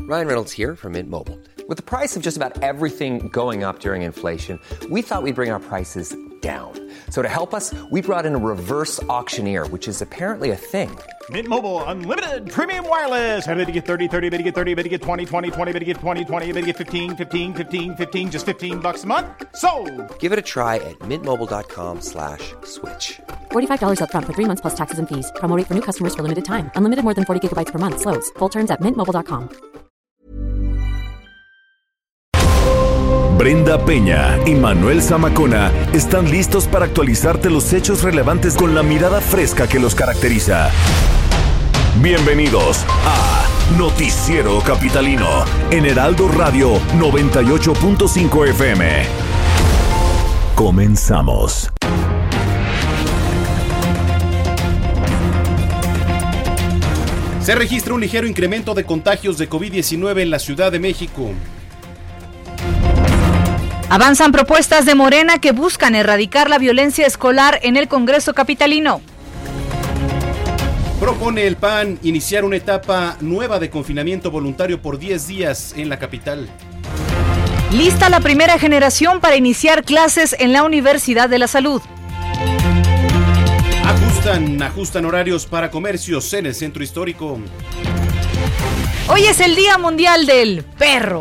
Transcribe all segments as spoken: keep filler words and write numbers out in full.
Ryan Reynolds here from Mint Mobile. With the price of just about everything going up during inflation, we thought we'd bring our prices down. So to help us, we brought in a reverse auctioneer, which is apparently a thing. Mint Mobile Unlimited Premium Wireless. How to get thirty, thirty, how to get thirty, how to get twenty, twenty, twenty, how to get twenty, twenty, how to get fifteen, fifteen, fifteen, fifteen, just fifteen bucks a month? Sold! Give it a try at mintmobile.com slash switch. forty-five dollars up front for three months plus taxes and fees. Promo rate for new customers for limited time. Unlimited more than forty gigabytes per month. Slows full terms at mint mobile dot com. Brenda Peña y Manuel Zamacona están listos para actualizarte los hechos relevantes con la mirada fresca que los caracteriza. Bienvenidos a Noticiero Capitalino en Heraldo Radio noventa y ocho punto cinco F M. Comenzamos. Se registra un ligero incremento de contagios de covid diecinueve en la Ciudad de México. Avanzan propuestas de Morena que buscan erradicar la violencia escolar en el Congreso capitalino. Propone el P A N iniciar una etapa nueva de confinamiento voluntario por diez días en la capital. Lista la primera generación para iniciar clases en la Universidad de la Salud. Ajustan, ajustan horarios para comercios en el centro histórico. Hoy es el Día Mundial del Perro.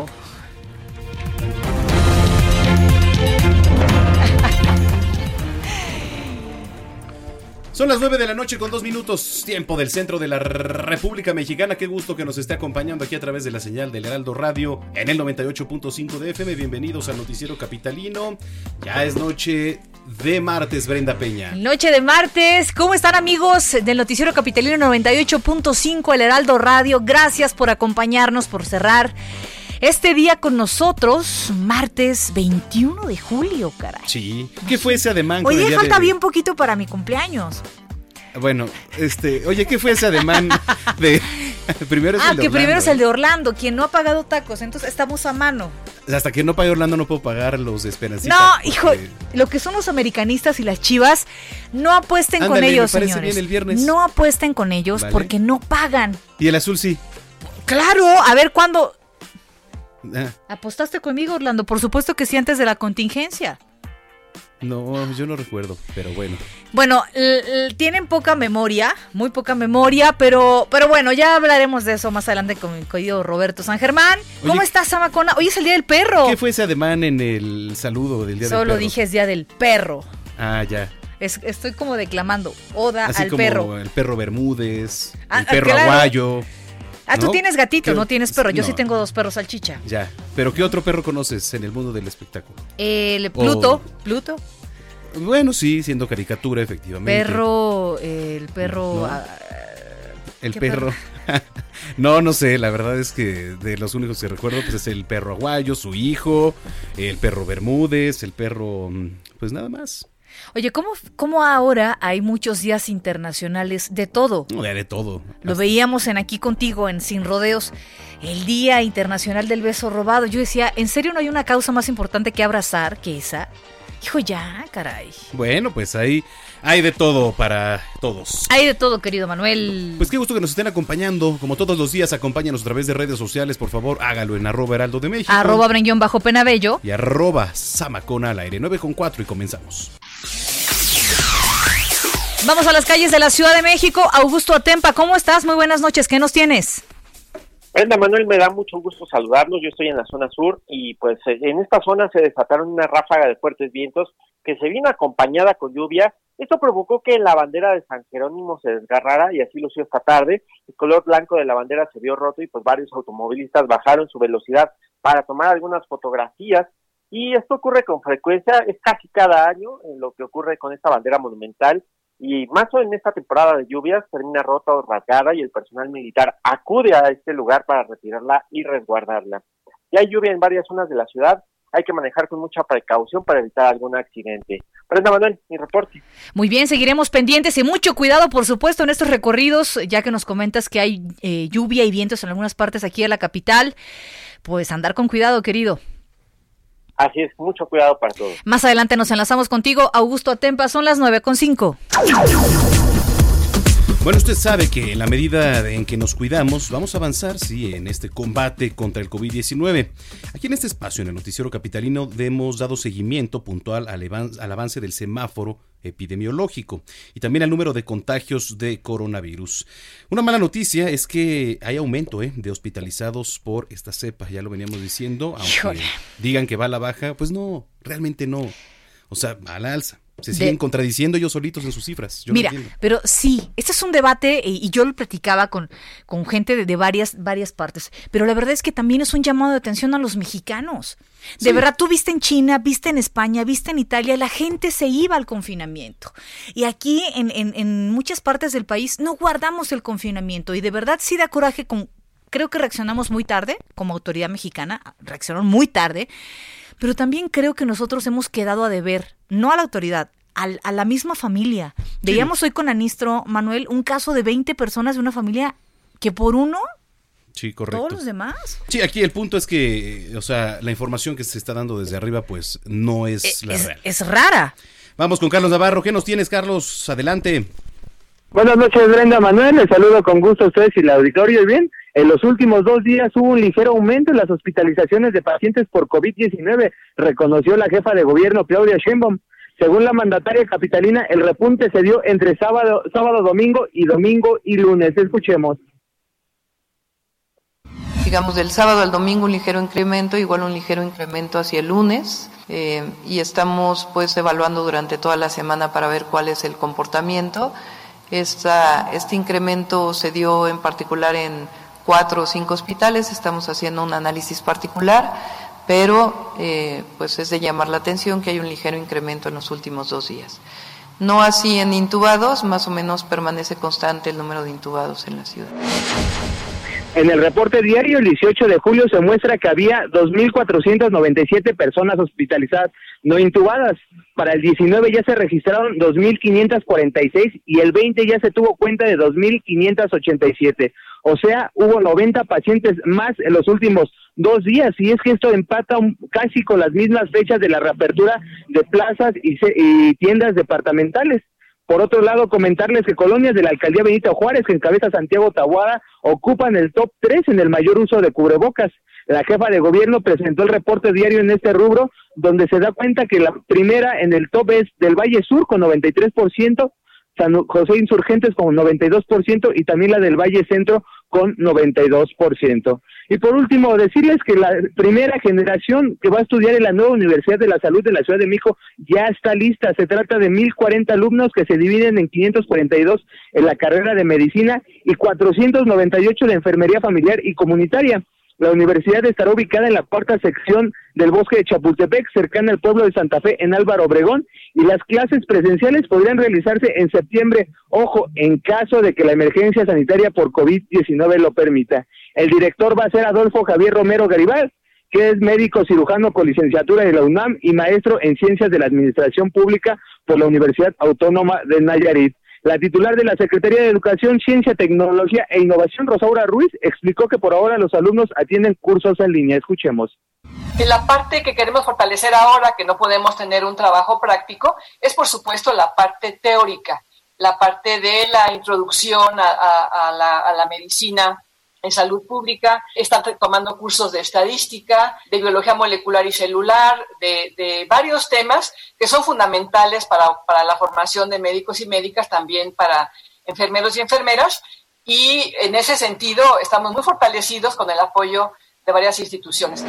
Son las nueve de la noche con dos minutos, tiempo del centro de la República Mexicana. Qué gusto que nos esté acompañando aquí a través de la señal del Heraldo Radio en el noventa y ocho punto cinco de F M. Bienvenidos al Noticiero Capitalino. Ya es noche de martes, Brenda Peña. Noche de martes. ¿Cómo están, amigos del Noticiero Capitalino noventa y ocho punto cinco, el Heraldo Radio? Gracias por acompañarnos, por cerrar este día con nosotros, martes veintiuno de julio, caray. Sí, ¿qué fue ese ademán? Hoy día falta de... bien poquito para mi cumpleaños. Bueno, este, oye, ¿qué fue ese ademán de... primero es ah, el de que Orlando, primero es ¿eh? el de Orlando, quien no ha pagado tacos, entonces estamos a mano. Hasta que no pague Orlando no puedo pagar los de Esperancita. No, porque... hijo, lo que son los americanistas y las Chivas, no apuesten Ándale, con ellos, me parece señores. bien el viernes. No apuesten con ellos, vale, porque no pagan. ¿Y el azul sí? Claro, a ver cuándo... Ah. ¿Apostaste conmigo, Orlando? Por supuesto que sí, antes de la contingencia. No, yo no recuerdo, pero bueno. Bueno, l- l- tienen poca memoria, muy poca memoria, pero pero bueno, ya hablaremos de eso más adelante con mi querido Roberto San Germán. ¿Cómo Oye, estás, Zamacona? Hoy es el Día del Perro. ¿Qué fue ese ademán en el saludo del Día Solo del Perro? Solo dije es Día del Perro. Ah, ya. Es, estoy como declamando oda Así al como perro. El perro Bermúdez, ah, el perro claro. aguayo. Ah, ¿no? tú tienes gatito, no tienes perro. Yo no. sí tengo dos perros salchicha. Ya, pero ¿qué otro perro conoces en el mundo del espectáculo? El Pluto, o... Pluto. Bueno, sí, siendo caricatura, efectivamente. Perro, eh, el perro... ¿No? Ah, el perro... perro? No, no sé, la verdad es que de los únicos que recuerdo pues es el perro aguayo, su hijo, el perro Bermúdez, el perro... pues nada más. Oye, ¿cómo, ¿cómo ahora hay muchos días internacionales de todo? No, de todo. Lo Hasta... veíamos en Aquí Contigo, en Sin Rodeos, el Día Internacional del Beso Robado. Yo decía, ¿en serio no hay una causa más importante que abrazar que esa? Hijo, ya, caray. Bueno, pues ahí hay de todo para todos. Hay de todo, querido Manuel. Pues qué gusto que nos estén acompañando. Como todos los días, acompáñanos a través de redes sociales, por favor, hágalo en arroba Heraldo de México. Arroba Brenguión bajo Penabello. Y arroba Zamacona al aire, nueve con cuatro y comenzamos. Vamos a las calles de la Ciudad de México. Augusto Atempa, ¿cómo estás? Muy buenas noches, ¿qué nos tienes? Brenda, Manuel, me da mucho gusto saludarlos. Yo estoy en la zona sur y pues en esta zona se desataron una ráfaga de fuertes vientos que se vino acompañada con lluvia. Esto provocó que la bandera de San Jerónimo se desgarrara y así lució esta tarde. El color blanco de la bandera se vio roto y pues varios automovilistas bajaron su velocidad para tomar algunas fotografías. Y esto ocurre con frecuencia, es casi cada año en lo que ocurre con esta bandera monumental. Y más o en esta temporada de lluvias termina rota o rasgada y el personal militar acude a este lugar para retirarla y resguardarla. Ya hay lluvia en varias zonas de la ciudad, hay que manejar con mucha precaución para evitar algún accidente. Brenda, Manuel, mi reporte. Muy bien, seguiremos pendientes y mucho cuidado, por supuesto, en estos recorridos, ya que nos comentas que hay eh, lluvia y vientos en algunas partes aquí de la capital, pues andar con cuidado, querido. Así es, mucho cuidado para todos. Más adelante nos enlazamos contigo, Augusto Atempa, son las nueve con cinco. Bueno, usted sabe que en la medida en que nos cuidamos, vamos a avanzar, sí, en este combate contra el covid diecinueve. Aquí en este espacio, en el Noticiero Capitalino, hemos dado seguimiento puntual al, al avance del semáforo epidemiológico y también al número de contagios de coronavirus. Una mala noticia es que hay aumento eh, de hospitalizados por esta cepa, ya lo veníamos diciendo, aunque Híjole. digan que va a la baja, pues no, realmente no, o sea, va a la alza. Se siguen de, contradiciendo ellos solitos en sus cifras. Yo mira, no pero sí, este es un debate y, y yo lo platicaba con, con gente de, de varias, varias partes, pero la verdad es que también es un llamado de atención a los mexicanos. De sí. verdad, tú viste en China, viste en España, viste en Italia, la gente se iba al confinamiento. Y aquí en, en, en muchas partes del país no guardamos el confinamiento y de verdad sí da coraje con... Creo que reaccionamos muy tarde como autoridad mexicana, reaccionaron muy tarde. Pero también creo que nosotros hemos quedado a deber, no a la autoridad, a, a la misma familia. Veíamos sí. hoy con Anistro, Manuel, un caso de veinte personas de una familia que por uno, sí, correcto. todos los demás. Sí, aquí el punto es que, o sea, la información que se está dando desde arriba, pues, no es, es la es, real. Es rara. Vamos con Carlos Navarro. ¿Qué nos tienes, Carlos? Adelante. Buenas noches, Brenda, Manuel. Les saludo con gusto a ustedes y el auditorio. Y bien, en los últimos dos días hubo un ligero aumento en las hospitalizaciones de pacientes por covid diecinueve, reconoció la jefa de gobierno Claudia Sheinbaum. Según la mandataria capitalina, el repunte se dio entre sábado, sábado, domingo y domingo y lunes. Escuchemos. Digamos, del sábado al domingo un ligero incremento, igual un ligero incremento hacia el lunes, eh, y estamos pues evaluando durante toda la semana para ver cuál es el comportamiento. Esta, este incremento se dio en particular en cuatro o cinco hospitales, estamos haciendo un análisis particular, pero eh, pues es de llamar la atención que hay un ligero incremento en los últimos dos días. No así en intubados, más o menos permanece constante el número de intubados en la ciudad. En el reporte diario, el dieciocho de julio, se muestra que había dos mil cuatrocientas noventa y siete personas hospitalizadas no intubadas. Para el diecinueve ya se registraron dos mil quinientas cuarenta y seis y el veinte ya se tuvo cuenta de dos mil quinientas ochenta y siete. O sea, hubo noventa pacientes más en los últimos dos días, y es que esto empata un, casi con las mismas fechas de la reapertura de plazas y, se, y tiendas departamentales. Por otro lado, comentarles que colonias de la alcaldía Benito Juárez, que encabeza Santiago Taboada, ocupan el top tres en el mayor uso de cubrebocas. La jefa de gobierno presentó el reporte diario en este rubro, donde se da cuenta que la primera en el top es del Valle Sur con noventa y tres por ciento, San José Insurgentes con noventa y dos por ciento y también la del Valle Centro con noventa y dos por ciento. Y por último, decirles que la primera generación que va a estudiar en la nueva Universidad de la Salud de la Ciudad de México ya está lista. Se trata de mil cuarenta alumnos que se dividen en quinientos cuarenta y dos en la carrera de Medicina y cuatrocientos noventa y ocho de Enfermería Familiar y Comunitaria. La universidad estará ubicada en la cuarta sección del bosque de Chapultepec, cercana al pueblo de Santa Fe, en Álvaro Obregón, y las clases presenciales podrían realizarse en septiembre, ojo, en caso de que la emergencia sanitaria por covid diecinueve lo permita. El director va a ser Adolfo Javier Romero Garibay, que es médico cirujano con licenciatura de la UNAM y maestro en Ciencias de la Administración Pública por la Universidad Autónoma de Nayarit. La titular de la Secretaría de Educación, Ciencia, Tecnología e Innovación, Rosaura Ruiz, explicó que por ahora los alumnos atienden cursos en línea. Escuchemos. La parte que queremos fortalecer ahora, que no podemos tener un trabajo práctico, es por supuesto la parte teórica, la parte de la introducción a, a, a, la, a la medicina en salud pública. Están tomando cursos de estadística, de biología molecular y celular, de, de varios temas que son fundamentales para, para la formación de médicos y médicas, también para enfermeros y enfermeras, y en ese sentido estamos muy fortalecidos con el apoyo de varias instituciones.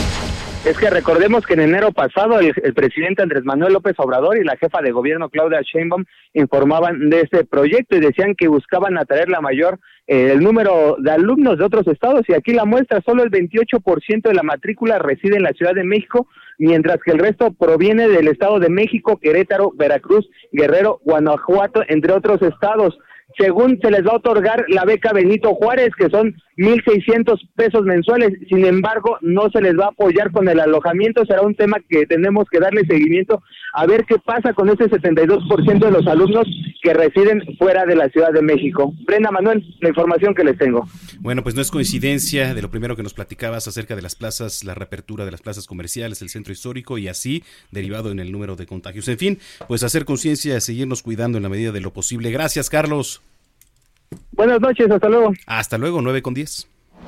Es que recordemos que en enero pasado el, el presidente Andrés Manuel López Obrador y la jefa de gobierno Claudia Sheinbaum informaban de este proyecto y decían que buscaban atraer la mayor eh, el número de alumnos de otros estados, y aquí la muestra, solo el veintiocho por ciento de la matrícula reside en la Ciudad de México, mientras que el resto proviene del Estado de México, Querétaro, Veracruz, Guerrero, Guanajuato, entre otros estados. Según se les va a otorgar la beca Benito Juárez, que son mil seiscientos pesos mensuales, sin embargo, no se les va a apoyar con el alojamiento. Será un tema que tenemos que darle seguimiento a ver qué pasa con ese setenta y dos por ciento de los alumnos que residen fuera de la Ciudad de México. Brenda, Manuel, la información que les tengo. Bueno, pues no es coincidencia de lo primero que nos platicabas acerca de las plazas, la reapertura de las plazas comerciales, el centro histórico y así derivado en el número de contagios. En fin, pues hacer conciencia, seguirnos cuidando en la medida de lo posible. Gracias, Carlos. Buenas noches, hasta luego. Hasta luego, nueve con diez.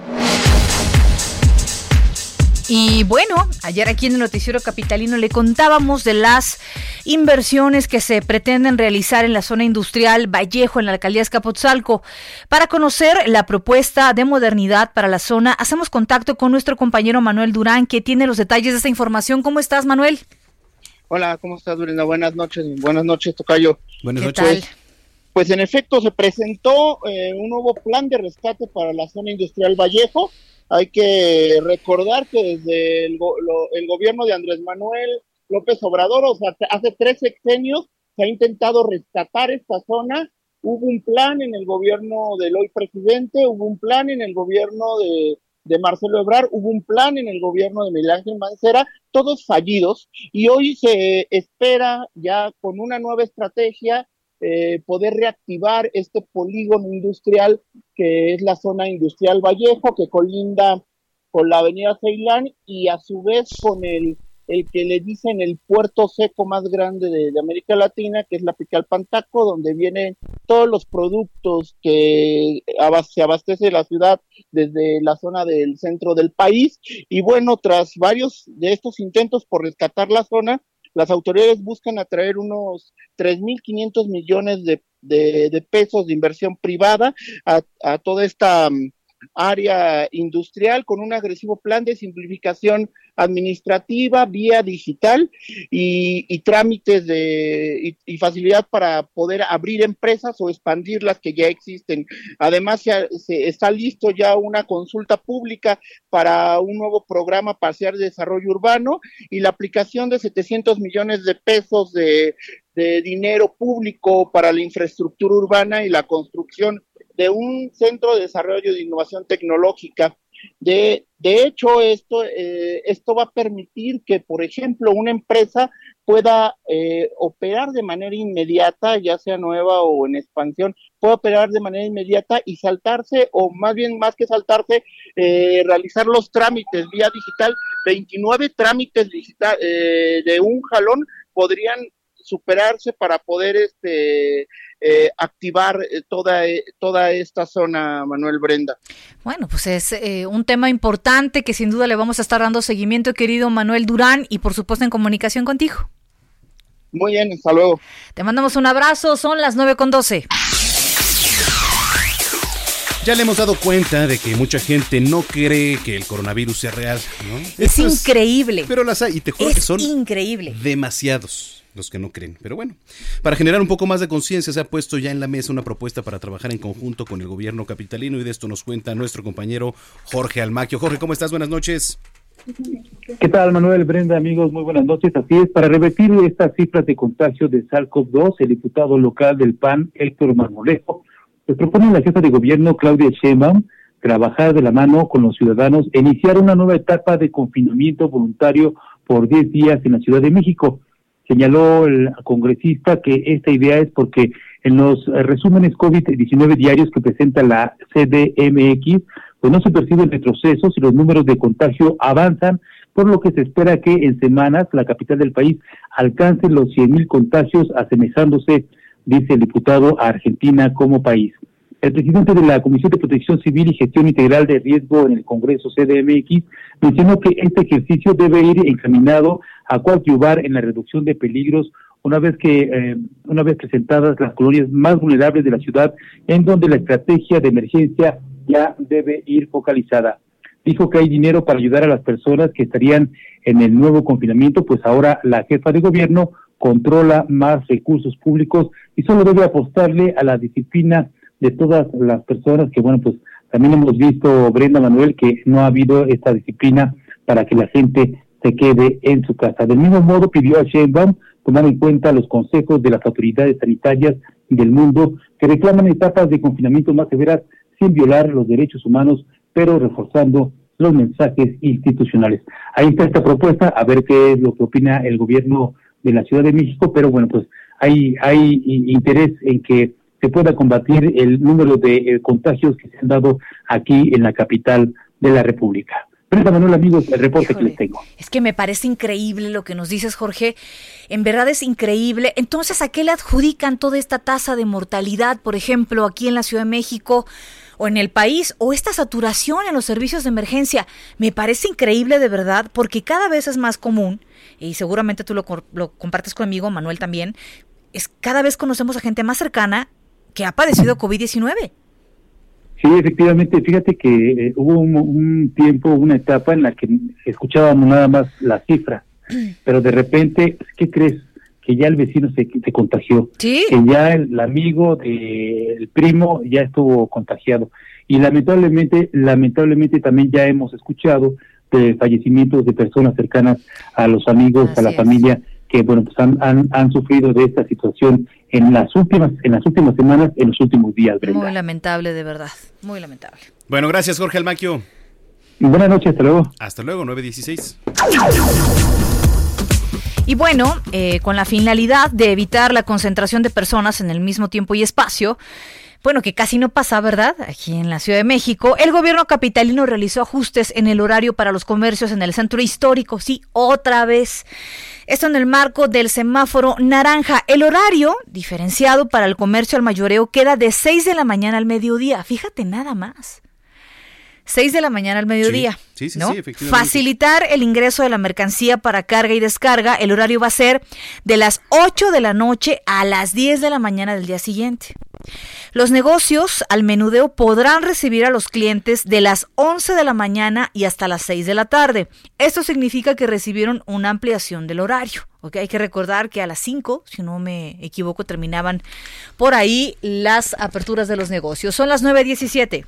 Y bueno, ayer aquí en el Noticiero Capitalino le contábamos de las inversiones que se pretenden realizar en la zona industrial Vallejo, en la alcaldía de Azcapotzalco. Para conocer la propuesta de modernidad para la zona, hacemos contacto con nuestro compañero Manuel Durán, que tiene los detalles de esta información. ¿Cómo estás, Manuel? Hola, ¿cómo estás, Brenda? Buenas noches, buenas noches, tocayo. Buenas ¿Qué noches. tal? Pues en efecto se presentó eh, un nuevo plan de rescate para la zona industrial Vallejo. Hay que recordar que desde el, go- lo, el gobierno de Andrés Manuel López Obrador, o sea, hace tres sexenios, se ha intentado rescatar esta zona. Hubo un plan en el gobierno del hoy presidente, hubo un plan en el gobierno de, de Marcelo Ebrard, hubo un plan en el gobierno de Miguel Ángel Mancera, todos fallidos, y hoy se espera ya con una nueva estrategia eh, poder reactivar este polígono industrial que es la zona industrial Vallejo, que colinda con la avenida Ceilán y a su vez con el, el que le dicen el puerto seco más grande de, de América Latina, que es la Picalpantaco, donde vienen todos los productos que abas- se abastece la ciudad desde la zona del centro del país. Y bueno, tras varios de estos intentos por rescatar la zona, las autoridades buscan atraer unos tres mil quinientos millones de, de, de pesos de inversión privada a, a toda esta um, área industrial con un agresivo plan de simplificación administrativa vía digital y, y trámites de y, y facilidad para poder abrir empresas o expandir las que ya existen. Además, se, se está listo ya una consulta pública para un nuevo programa parcial de desarrollo urbano y la aplicación de setecientos millones de pesos de, de dinero público para la infraestructura urbana y la construcción de un centro de desarrollo de innovación tecnológica. De, de hecho, esto, eh, esto va a permitir que, por ejemplo, una empresa pueda eh, operar de manera inmediata, ya sea nueva o en expansión, pueda operar de manera inmediata y saltarse, o más bien más que saltarse, eh, realizar los trámites vía digital. veintinueve trámites digital, eh, de un jalón podrían superarse para poder este eh, activar eh, toda eh, toda esta zona, Manuel, Brenda. Bueno, pues es eh, un tema importante que sin duda le vamos a estar dando seguimiento, querido Manuel Durán, y por supuesto en comunicación contigo. Muy bien, hasta luego. Te mandamos un abrazo, son las nueve con doce. Ya le hemos dado cuenta de que mucha gente no cree que el coronavirus sea real, ¿no? Es Esto increíble. Pero las hay, y te juro Es que son increíble. demasiados los que no creen. Pero bueno, para generar un poco más de conciencia se ha puesto ya en la mesa una propuesta para trabajar en conjunto con el gobierno capitalino, y de esto nos cuenta nuestro compañero Jorge Almaquio. Jorge, ¿cómo estás? Buenas noches. ¿Qué tal, Manuel, Brenda, amigos? Muy buenas noches. Así es, para revertir estas cifras de contagio de SARS-CoV dos, el diputado local del P A N, Héctor Marmolejo, le propone a la jefa de gobierno, Claudia Sheinbaum, trabajar de la mano con los ciudadanos e iniciar una nueva etapa de confinamiento voluntario por diez días en la Ciudad de México. Señaló el congresista que esta idea es porque en los resúmenes COVID diecinueve diarios que presenta la C D M X, pues no se perciben retrocesos y los números de contagio avanzan, por lo que se espera que en semanas la capital del país alcance los cien mil contagios, asemejándose, dice el diputado, a Argentina como país. El presidente de la Comisión de Protección Civil y Gestión Integral de Riesgo en el Congreso C D M X mencionó que este ejercicio debe ir encaminado a coadyuvar en la reducción de peligros una vez que eh, una vez presentadas las colonias más vulnerables de la ciudad, en donde la estrategia de emergencia ya debe ir focalizada. Dijo que hay dinero para ayudar a las personas que estarían en el nuevo confinamiento, pues ahora la jefa de gobierno controla más recursos públicos y solo debe apostarle a la disciplina de todas las personas, que bueno, pues también hemos visto, Brenda, Manuel, que no ha habido esta disciplina para que la gente se quede en su casa. Del mismo modo pidió a Sheinbaum tomar en cuenta los consejos de las autoridades sanitarias del mundo que reclaman etapas de confinamiento más severas sin violar los derechos humanos, pero reforzando los mensajes institucionales. Ahí está esta propuesta, a ver qué es lo que opina el gobierno de la Ciudad de México, pero bueno, pues hay, hay interés en que se pueda combatir el número de eh, contagios que se han dado aquí en la capital de la República. Brenda, Manuel, amigos, el reporte Híjole, que les tengo. Es que me parece increíble lo que nos dices, Jorge. En verdad es increíble. Entonces, ¿a qué le adjudican toda esta tasa de mortalidad, por ejemplo, aquí en la Ciudad de México o en el país, o esta saturación en los servicios de emergencia? Me parece increíble de verdad, porque cada vez es más común, y seguramente tú lo, lo compartes conmigo, Manuel también, es cada vez conocemos a gente más cercana que ha padecido COVID diecinueve. Sí, efectivamente, fíjate que eh, hubo un, un tiempo, una etapa en la que escuchábamos nada más la cifra, pero de repente, ¿qué crees? Que ya el vecino se, se contagió, ¿Sí? Que ya el, el amigo del primo ya estuvo contagiado, y lamentablemente, lamentablemente también ya hemos escuchado de fallecimientos de personas cercanas a los amigos, Así a la es. familia, que bueno, pues han, han, han sufrido de esta situación en las últimas, en las últimas semanas, en los últimos días, Brenda. Muy lamentable, de verdad, muy lamentable. Bueno, gracias, Jorge Almaquio. Buenas noches, hasta luego. Hasta luego, nueve dieciséis. Y bueno, eh, con la finalidad de evitar la concentración de personas en el mismo tiempo y espacio, bueno, que casi no pasa, ¿verdad? Aquí en la Ciudad de México, el gobierno capitalino realizó ajustes en el horario para los comercios en el centro histórico, sí, otra vez. Esto en el marco del semáforo naranja. El horario diferenciado para el comercio al mayoreo queda de seis de la mañana al mediodía. Fíjate nada más. seis de la mañana al mediodía, sí, sí, sí, ¿no? sí, efectivamente. Facilitar el ingreso de la mercancía para carga y descarga. El horario va a ser de las ocho de la noche a las diez de la mañana del día siguiente. Los negocios al menudeo podrán recibir a los clientes de las once de la mañana y hasta las seis de la tarde. Esto significa que recibieron una ampliación del horario. ¿Okay? Hay que recordar que a las cinco, si no me equivoco, terminaban por ahí las aperturas de los negocios. Son las nueve diecisiete.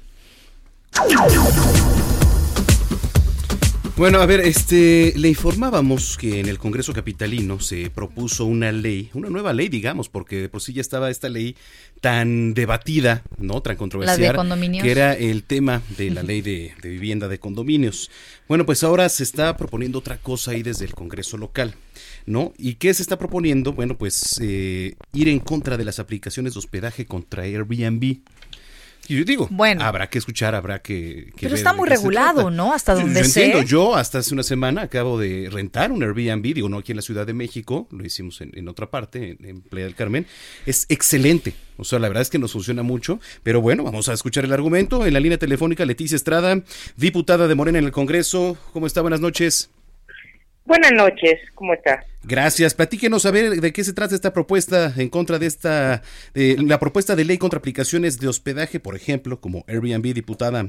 Bueno, a ver, este, le informábamos que en el Congreso Capitalino se propuso una ley, una nueva ley, digamos, porque de por sí ya estaba esta ley tan debatida, ¿no? Tan controversial, la de condominios, que era el tema de la ley de, de vivienda de condominios. Bueno, pues ahora se está proponiendo otra cosa ahí desde el Congreso local, ¿no? ¿Y qué se está proponiendo? Bueno, pues eh, ir en contra de las aplicaciones de hospedaje contra Airbnb. Y yo digo, bueno, habrá que escuchar, habrá que, que pero ver está muy regulado, ¿no? Hasta yo, donde yo sé. entiendo, yo hasta hace una semana acabo de rentar un Airbnb, digo, no aquí en la Ciudad de México, lo hicimos en, en otra parte, en, en Playa del Carmen. Es excelente, o sea, la verdad es que nos funciona mucho, pero bueno, vamos a escuchar el argumento. En la línea telefónica, Leticia Estrada, diputada de Morena en el Congreso. ¿Cómo está? Buenas noches. Buenas noches, ¿cómo está? Gracias. Platíquenos a ver de qué se trata esta propuesta en contra de esta, de la propuesta de ley contra aplicaciones de hospedaje, por ejemplo, como Airbnb, diputada.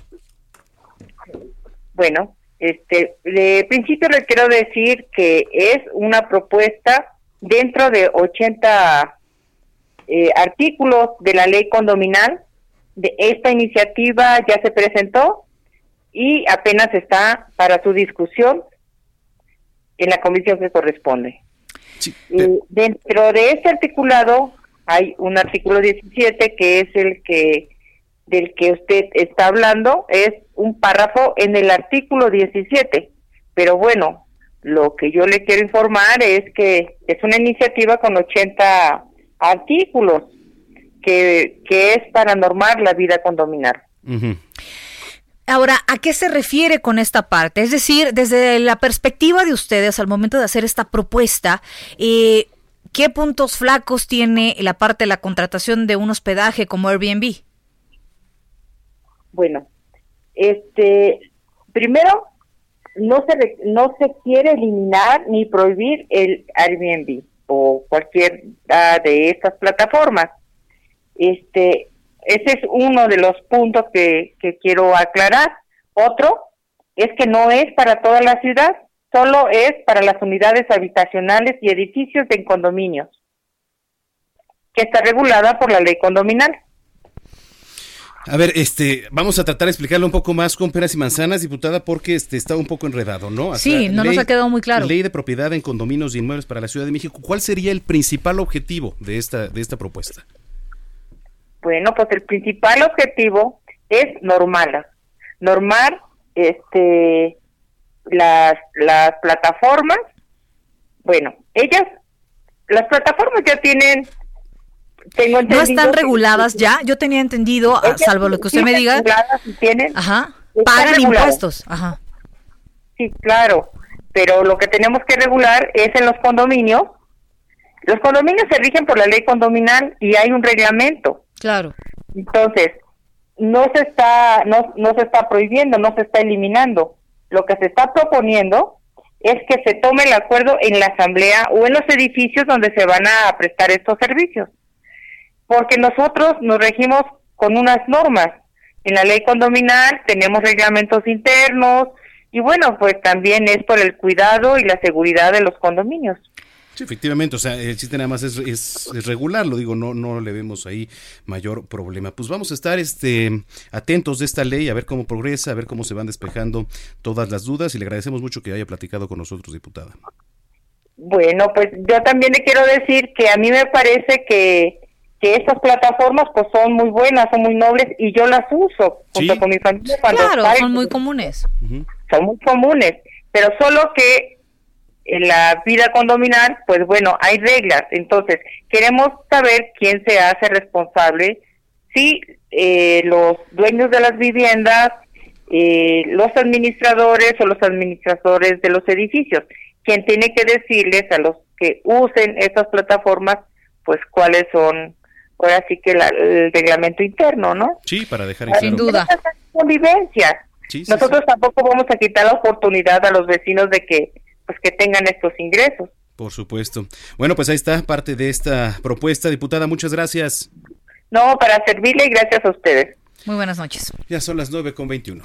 Bueno, este, de principio le quiero decir que es una propuesta dentro de ochenta eh, artículos de la ley condominal. De esta iniciativa ya se presentó y apenas está para su discusión en la comisión que corresponde. Sí, pero... Dentro de este articulado hay un artículo diecisiete que es el que del que usted está hablando, es un párrafo en el artículo diecisiete, pero bueno, lo que yo le quiero informar es que es una iniciativa con ochenta artículos que, que es para normar la vida condominal. Uh-huh. Ahora, ¿a qué se refiere con esta parte? Es decir, desde la perspectiva de ustedes al momento de hacer esta propuesta, eh, ¿qué puntos flacos tiene la parte de la contratación de un hospedaje como Airbnb? Bueno, este, primero, no se no se quiere eliminar ni prohibir el Airbnb o cualquier uh, de estas plataformas. Este, ese es uno de los puntos que, que quiero aclarar. Otro es que no es para toda la ciudad, solo es para las unidades habitacionales y edificios en condominios, que está regulada por la ley condominal. A ver, este, vamos a tratar de explicarlo un poco más con peras y manzanas, diputada, porque este está un poco enredado, ¿no? O sí, sea, no ley, nos ha quedado muy claro. Ley de propiedad en condominios y inmuebles para la Ciudad de México. ¿Cuál sería el principal objetivo de esta de esta propuesta? Bueno, pues el principal objetivo es normar, normar este las las plataformas. Bueno, ellas, las plataformas ya tienen, tengo entendido, no están reguladas que, ya. Yo tenía entendido, salvo lo que usted me diga. Y tienen, ajá. Pagan reguladas. Impuestos. Ajá. sí, claro, pero lo que tenemos que regular es en los condominios. Los condominios se rigen por la ley condominal y hay un reglamento. Claro. Entonces, no se está no no se está prohibiendo, no se está eliminando. Lo que se está proponiendo es que se tome el acuerdo en la asamblea o en los edificios donde se van a prestar estos servicios. Porque nosotros nos regimos con unas normas. En la ley condominal tenemos reglamentos internos y bueno, pues también es por el cuidado y la seguridad de los condominios. Sí, efectivamente, o sea, el chiste nada más es, es, es regularlo, digo, no no le vemos ahí mayor problema. Pues vamos a estar este atentos de esta ley, a ver cómo progresa, a ver cómo se van despejando todas las dudas y le agradecemos mucho que haya platicado con nosotros, diputada. Bueno, pues yo también le quiero decir que a mí me parece que, que estas plataformas pues son muy buenas, son muy nobles y yo las uso junto sí. con mi familia. Cuando Claro, salgo, son muy comunes. Uh-huh. Son muy comunes, pero solo que en la vida condominal, pues bueno, hay reglas. Entonces, queremos saber quién se hace responsable, si eh, los dueños de las viviendas, eh, los administradores o los administradores de los edificios, quien tiene que decirles a los que usen estas plataformas, pues cuáles son, ahora sí que la, el reglamento interno, ¿no? Sí, para dejar en Sin duda. Convivencia. Sí, sí, Nosotros sí. tampoco vamos a quitar la oportunidad a los vecinos de que pues que tengan estos ingresos. Por supuesto. Bueno, pues ahí está parte de esta propuesta, diputada, muchas gracias. No, para servirle y gracias a ustedes. Muy buenas noches. Ya son las nueve con veintiuno.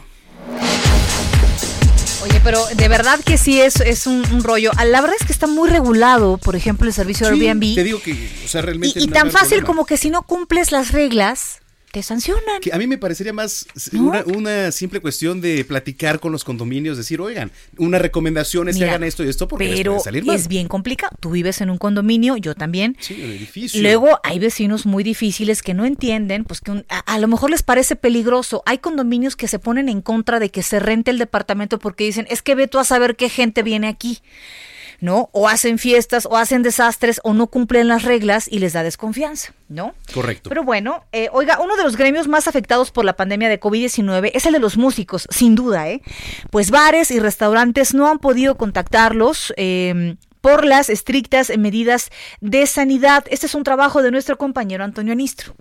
Oye, pero de verdad que sí es, es un, un rollo. La verdad es que está muy regulado, por ejemplo, el servicio de sí, Airbnb. Te digo que, o sea, realmente Y, y no tan hay fácil problema. como que si no cumples las reglas, te sancionan. Que a mí me parecería más ¿No? una, una simple cuestión de platicar con los condominios, decir, oigan, una recomendación es Mira, que hagan esto y esto porque les pero puede salir mal. es bien complicado. Tú vives en un condominio, yo también. Sí, en el edificio. Luego hay vecinos muy difíciles que no entienden, pues que un- a, a lo mejor les parece peligroso. Hay condominios que se ponen en contra de que se rente el departamento porque dicen, es que ve tú a saber qué gente viene aquí, ¿no? O hacen fiestas, o hacen desastres, o no cumplen las reglas y les da desconfianza, ¿no? Correcto. Pero bueno, eh, oiga, uno de los gremios más afectados por la pandemia de COVID diecinueve es el de los músicos, sin duda, ¿eh? Pues bares y restaurantes no han podido contactarlos, eh, por las estrictas medidas de sanidad. Este es un trabajo de nuestro compañero Antonio Anistro.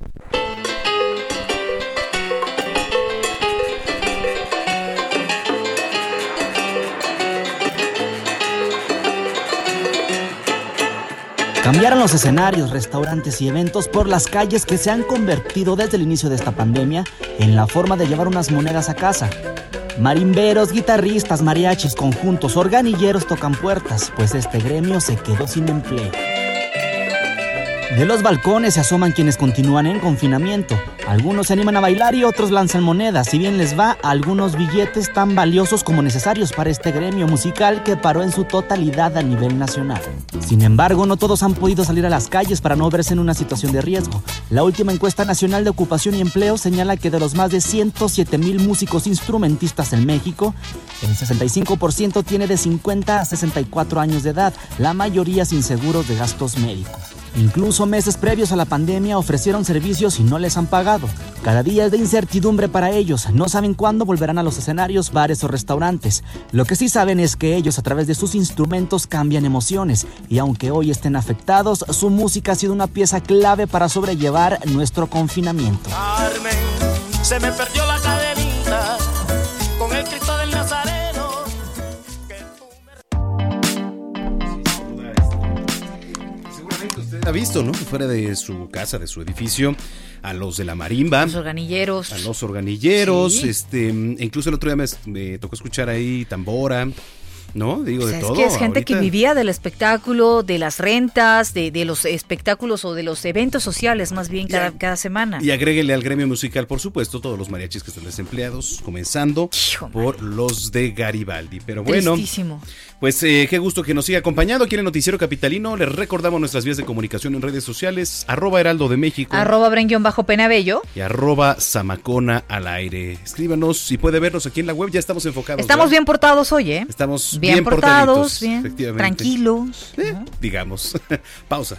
Cambiaron los escenarios, restaurantes y eventos por las calles que se han convertido desde el inicio de esta pandemia en la forma de llevar unas monedas a casa. Marimberos, guitarristas, mariachis, conjuntos, organilleros tocan puertas, pues este gremio se quedó sin empleo. De los balcones se asoman quienes continúan en confinamiento. Algunos se animan a bailar y otros lanzan monedas. Si bien les va, algunos billetes tan valiosos como necesarios para este gremio musical que paró en su totalidad a nivel nacional. Sin embargo, no todos han podido salir a las calles para no verse en una situación de riesgo. La última encuesta nacional de ocupación y empleo señala que de los más de ciento siete mil músicos instrumentistas en México, el sesenta y cinco por ciento tiene de cincuenta a sesenta y cuatro años de edad, la mayoría sin seguros de gastos médicos. Incluso meses previos a la pandemia ofrecieron servicios y no les han pagado. Cada día es de incertidumbre para ellos. No saben cuándo volverán a los escenarios, bares o restaurantes. Lo que sí saben es que ellos a través de sus instrumentos cambian emociones. Y aunque hoy estén afectados, su música ha sido una pieza clave para sobrellevar nuestro confinamiento. Carmen, se me perdió la cadenita con el Cristo del Nazareno. Usted ha visto, ¿no? Fuera de su casa, de su edificio, a los de la marimba, Los organilleros. a los organilleros, Sí. este, incluso el otro día me, me tocó escuchar ahí tambora, ¿no? Digo, O de sea, todo. es que es gente que ahorita. vivía del espectáculo, de las rentas, de, de los espectáculos o de los eventos sociales, más bien cada, cada semana. Y agréguele al gremio musical, por supuesto, todos los mariachis que están desempleados, comenzando por los de Garibaldi. Pero bueno, Tristísimo. pues eh, qué gusto que nos siga acompañando aquí en el Noticiero Capitalino. Les recordamos nuestras vías de comunicación en redes sociales, arroba Heraldo de México. Arroba Bren-Penabello. Y arroba Zamacona al aire. Escríbanos y puede vernos aquí en la web. Ya estamos enfocados. Estamos ¿verdad? bien portados hoy, ¿eh? Estamos bien, bien portados, portaditos, bien efectivamente. tranquilos. Eh, ¿no? digamos. Pausa.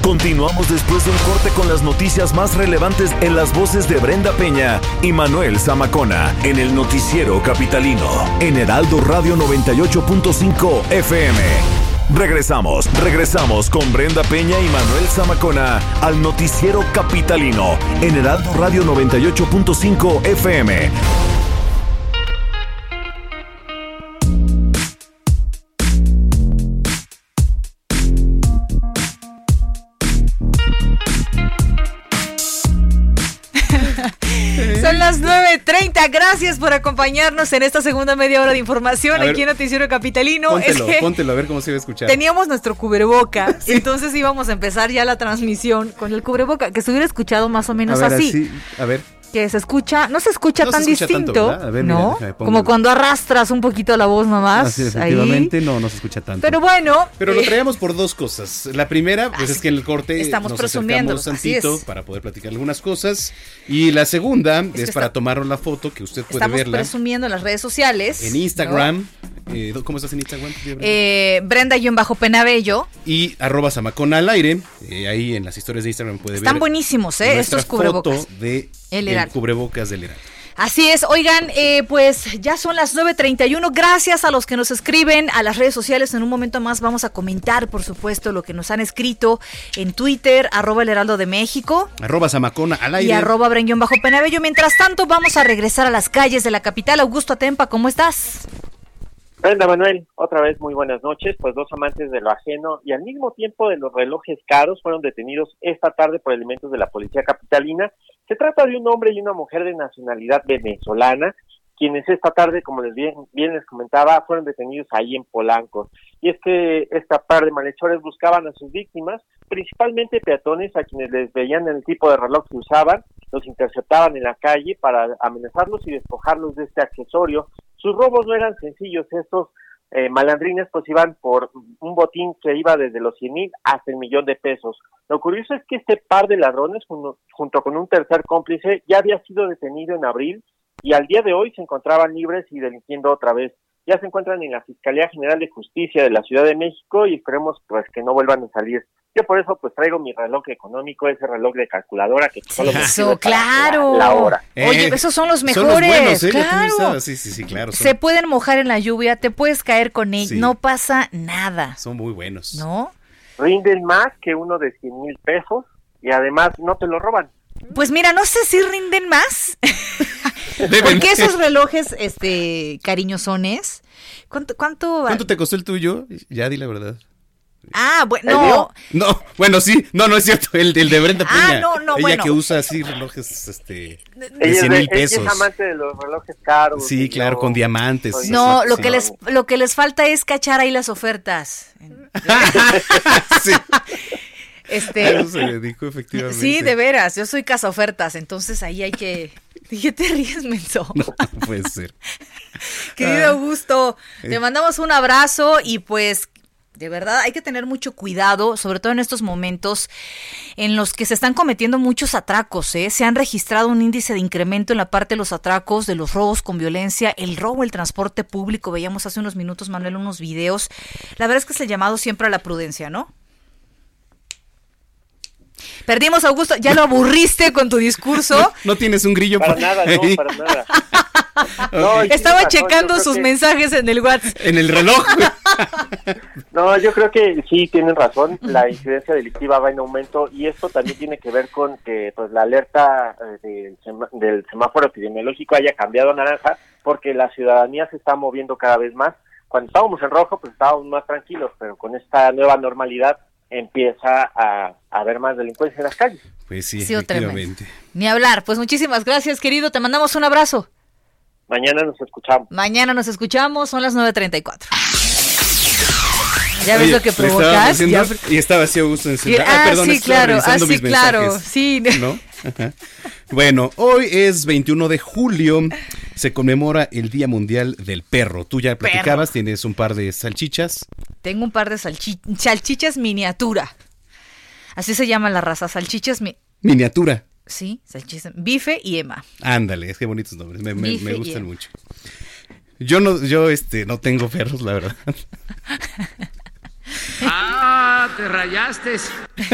Continuamos después de un corte con las noticias más relevantes en las voces de Brenda Peña y Manuel Zamacona en el Noticiero Capitalino en Heraldo Radio noventa y ocho punto cinco F M. Regresamos, regresamos con Brenda Peña y Manuel Zamacona al Noticiero Capitalino en Heraldo Radio noventa y ocho punto cinco F M. Son las nueve treinta, gracias por acompañarnos en esta segunda media hora de información ver, aquí en Noticiero Capitalino. Póntelo, es que póntelo, a ver cómo se va a escuchar. Teníamos nuestro cubreboca, sí. Entonces íbamos a empezar ya la transmisión con el cubreboca, que se hubiera escuchado más o menos a ver, así. así. A ver. Que se escucha, no se escucha no tan se escucha distinto, tanto, a ver, ¿no? mira, Como cuando arrastras un poquito la voz nomás. Así, efectivamente, ahí. no, no se escucha tanto. Pero bueno. Pero eh, lo traíamos por dos cosas. La primera, pues es que en el corte estamos nos presumiendo acercamos tantito para poder platicar algunas cosas. Y la segunda es, es para está, tomarnos la foto, que usted puede estamos verla. Estamos presumiendo en las redes sociales. En Instagram. ¿No? Eh, ¿Cómo estás en Instagram? Eh, Brenda-Penabello. Y arroba Zamacona al aire. Eh, ahí en las historias de Instagram puede Están ver. Están buenísimos, ¿eh? Estos cubrebocas. Foto de el, el cubrebocas del Heraldo. Así es, oigan, eh, pues ya son las nueve treinta y uno, gracias a los que nos escriben a las redes sociales, en un momento más vamos a comentar, por supuesto, lo que nos han escrito en Twitter, arroba el Heraldo de México. Arroba Zamacona al aire. Y arroba Bren-Penabello, mientras tanto vamos a regresar a las calles de la capital. Augusto Atempa, ¿cómo estás? Brenda, Manuel, otra vez muy buenas noches. Pues dos amantes de lo ajeno y al mismo tiempo de los relojes caros fueron detenidos esta tarde por elementos de la policía capitalina. Se trata de un hombre y una mujer de nacionalidad venezolana, quienes esta tarde, como les bien, bien les comentaba, fueron detenidos ahí en Polanco. Y es que esta par de malhechores buscaban a sus víctimas, principalmente peatones, a quienes les veían el tipo de reloj que usaban, los interceptaban en la calle para amenazarlos y despojarlos de este accesorio. Sus robos no eran sencillos, estos eh, malandrines pues iban por un botín que iba desde los cien mil hasta el millón de pesos. Lo curioso es que este par de ladrones, junto, junto con un tercer cómplice, ya había sido detenido en abril y al día de hoy se encontraban libres y delinquiendo otra vez. Ya se encuentran en la Fiscalía General de Justicia de la Ciudad de México y esperemos pues que no vuelvan a salir. Yo por eso pues traigo mi reloj económico, ese reloj de calculadora que solo me eso, claro. La, la hora. Eh, Oye, esos son los mejores. Son los buenos, ¿eh? Claro. Sí, sí, sí, claro. Son... Se pueden mojar en la lluvia, te puedes caer con ellos, sí. No pasa nada. Son muy buenos. ¿No? Rinden más que uno de cien mil pesos y además no te lo roban. Pues mira, no sé si rinden más. Porque esos relojes, este, cariñosones, ¿cuánto, cuánto? ¿Cuánto te costó el tuyo? Ya di la verdad. Ah, bueno, no. No, bueno, sí, no, no es cierto, el, el de Brenda Peña. Ah, no, no, Ella bueno. que usa así relojes, este, de cien mil pesos. Ella es amante de los relojes caros. Sí, claro, yo, con diamantes. No, sí, lo sí, que no. les, lo que les falta es cachar ahí las ofertas. Sí. Este, a eso se dedicó efectivamente. Sí, de veras, yo soy casa ofertas, entonces ahí hay que... ¿Qué te ríes, menso? No, no puede ser. Querido Augusto, eh. te mandamos un abrazo y pues... De verdad, hay que tener mucho cuidado, sobre todo en estos momentos en los que se están cometiendo muchos atracos, ¿eh? Se han registrado un índice de incremento en la parte de los atracos, de los robos con violencia, el robo al transporte público. Veíamos hace unos minutos, Manuel, unos videos. La verdad es que es el llamado siempre a la prudencia, ¿no? Perdimos, Augusto, ya lo aburriste con tu discurso. No, no tienes un grillo. Para por... nada, no, para nada. No, estaba razón, checando sus que... mensajes en el WhatsApp. En el reloj. No, yo creo que sí tienen razón, la incidencia delictiva va en aumento y esto también tiene que ver con que pues la alerta eh, del, sema- del semáforo epidemiológico haya cambiado a naranja porque la ciudadanía se está moviendo cada vez más. Cuando estábamos en rojo pues estábamos más tranquilos, pero con esta nueva normalidad empieza a, a haber más delincuencia en las calles. Pues sí, sí efectivamente. Ni hablar, pues muchísimas gracias, querido, te mandamos un abrazo. Mañana nos escuchamos. Mañana nos escuchamos, son las nueve treinta y cuatro. ¿Ya ves Oye, lo que provocas? Haciendo, ya... Y estaba así Augusto en Ah, ah, perdón, sí, claro, ah, sí, claro, sí. ¿No? Bueno, hoy es veintiuno de julio, se conmemora el Día Mundial del Perro. Tú ya platicabas, perro. Tienes un par de salchichas. Tengo un par de salchi- salchichas miniatura. Así se llama la raza, salchichas mi- miniatura. Sí, salchichas, Bife y Emma. Ándale, es que bonitos nombres, me, me, me gustan mucho. Yo no, yo este, no tengo perros, la verdad. Ah, te rayaste.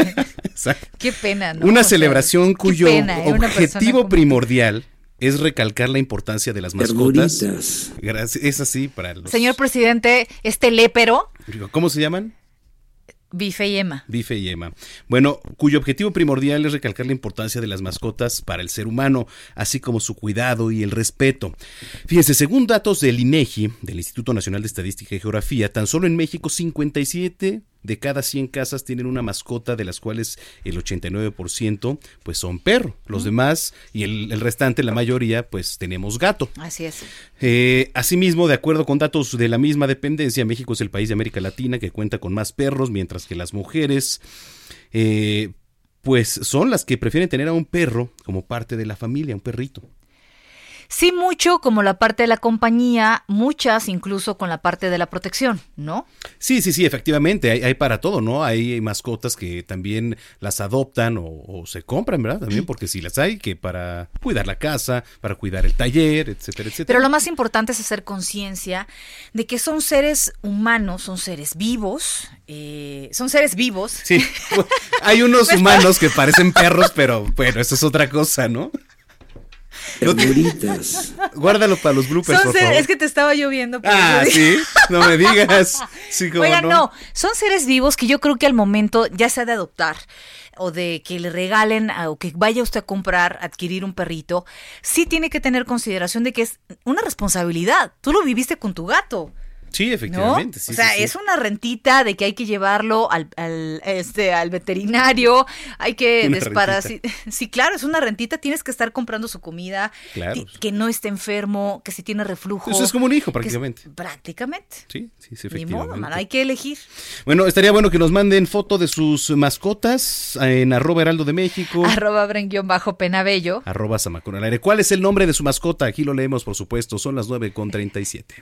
Qué pena, ¿no? Una O sea, celebración cuyo pena, ¿eh? objetivo como... primordial es recalcar la importancia de las mascotas. Verduritas. Gracias, es así para los... Señor presidente, este lépero. ¿Cómo se llaman? Bife y Emma. Bife y Emma. Bueno, cuyo objetivo primordial es recalcar la importancia de las mascotas para el ser humano, así como su cuidado y el respeto. Fíjense, según datos del INEGI, del Instituto Nacional de Estadística y Geografía, tan solo en México cincuenta y siete de cada cien casas tienen una mascota, de las cuales el ochenta y nueve por ciento pues son perro. Los demás y el, el restante, la mayoría, pues tenemos gato. Así es. Eh, asimismo, de acuerdo con datos de la misma dependencia, México es el país de América Latina que cuenta con más perros, mientras que las mujeres eh, pues son las que prefieren tener a un perro como parte de la familia, un perrito. Sí, mucho como la parte de la compañía, muchas incluso con la parte de la protección, ¿no? Sí, sí, sí, efectivamente, hay, hay para todo, ¿no? Hay mascotas que también las adoptan o, o se compran, ¿verdad? También porque sí las hay, que para cuidar la casa, para cuidar el taller, etcétera, etcétera. Pero lo más importante es hacer conciencia de que son seres humanos, son seres vivos, eh, son seres vivos. Sí, hay unos humanos que parecen perros, pero bueno, eso es otra cosa, ¿no? Verduritas. Guárdalo para los bloopers, Son por seres, favor. es que te estaba lloviendo. Ah, sí, no me digas. Sí, cómo Oigan, no. no, son seres vivos que yo creo que al momento, ya sea de adoptar o de que le regalen o que vaya usted a comprar, adquirir un perrito, sí tiene que tener consideración de que es una responsabilidad. Tú lo viviste con tu gato. Sí, efectivamente. ¿No? Sí, o sea, sí, sí. es una rentita de que hay que llevarlo al, al, este, al veterinario, hay que Una desparasitar. Sí, claro, es una rentita, tienes que estar comprando su comida, Claro. ti- que no esté enfermo, que si tiene reflujo. Eso es como un hijo, que es- prácticamente. prácticamente. Sí, sí, sí, Ni efectivamente. modo, man, hay que elegir. Bueno, estaría bueno que nos manden foto de sus mascotas en arroba heraldo de México. Arroba bren bajo penabello. Arroba Zamacona al aire. ¿Cuál es el nombre de su mascota? Aquí lo leemos, por supuesto. Son las nueve con treinta y siete.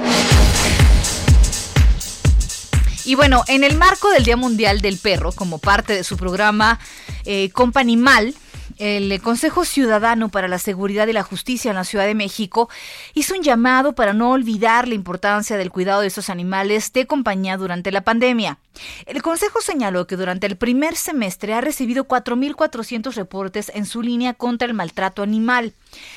Y bueno, en el marco del Día Mundial del Perro, como parte de su programa eh, Compa Animal, el Consejo Ciudadano para la Seguridad y la Justicia en la Ciudad de México hizo un llamado para no olvidar la importancia del cuidado de estos animales de compañía durante la pandemia. El Consejo señaló que durante el primer semestre ha recibido cuatro mil cuatrocientos reportes en su línea contra el maltrato animal.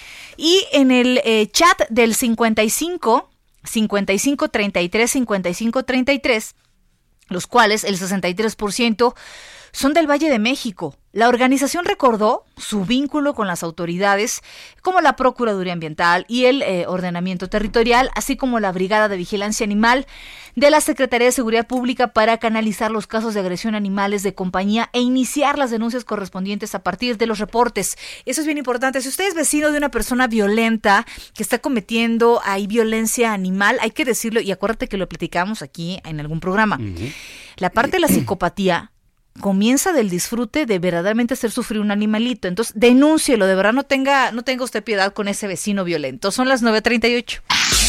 Y en el eh, chat del cincuenta y cinco, cincuenta y cinco treinta y tres, cincuenta y cinco treinta y tres, los cuales el sesenta y tres por ciento son del Valle de México. La organización recordó su vínculo con las autoridades como la Procuraduría Ambiental y el eh, Ordenamiento Territorial, así como la Brigada de Vigilancia Animal de la Secretaría de Seguridad Pública para canalizar los casos de agresión a animales de compañía e iniciar las denuncias correspondientes a partir de los reportes. Eso es bien importante. Si usted es vecino de una persona violenta que está cometiendo ahí violencia animal, hay que decirlo, y acuérdate que lo platicamos aquí en algún programa. Uh-huh. La parte de la psicopatía comienza del disfrute de verdaderamente hacer sufrir un animalito. Entonces, denúncielo, de verdad, no tenga, no tenga usted piedad con ese vecino violento. Son las nueve treinta y ocho.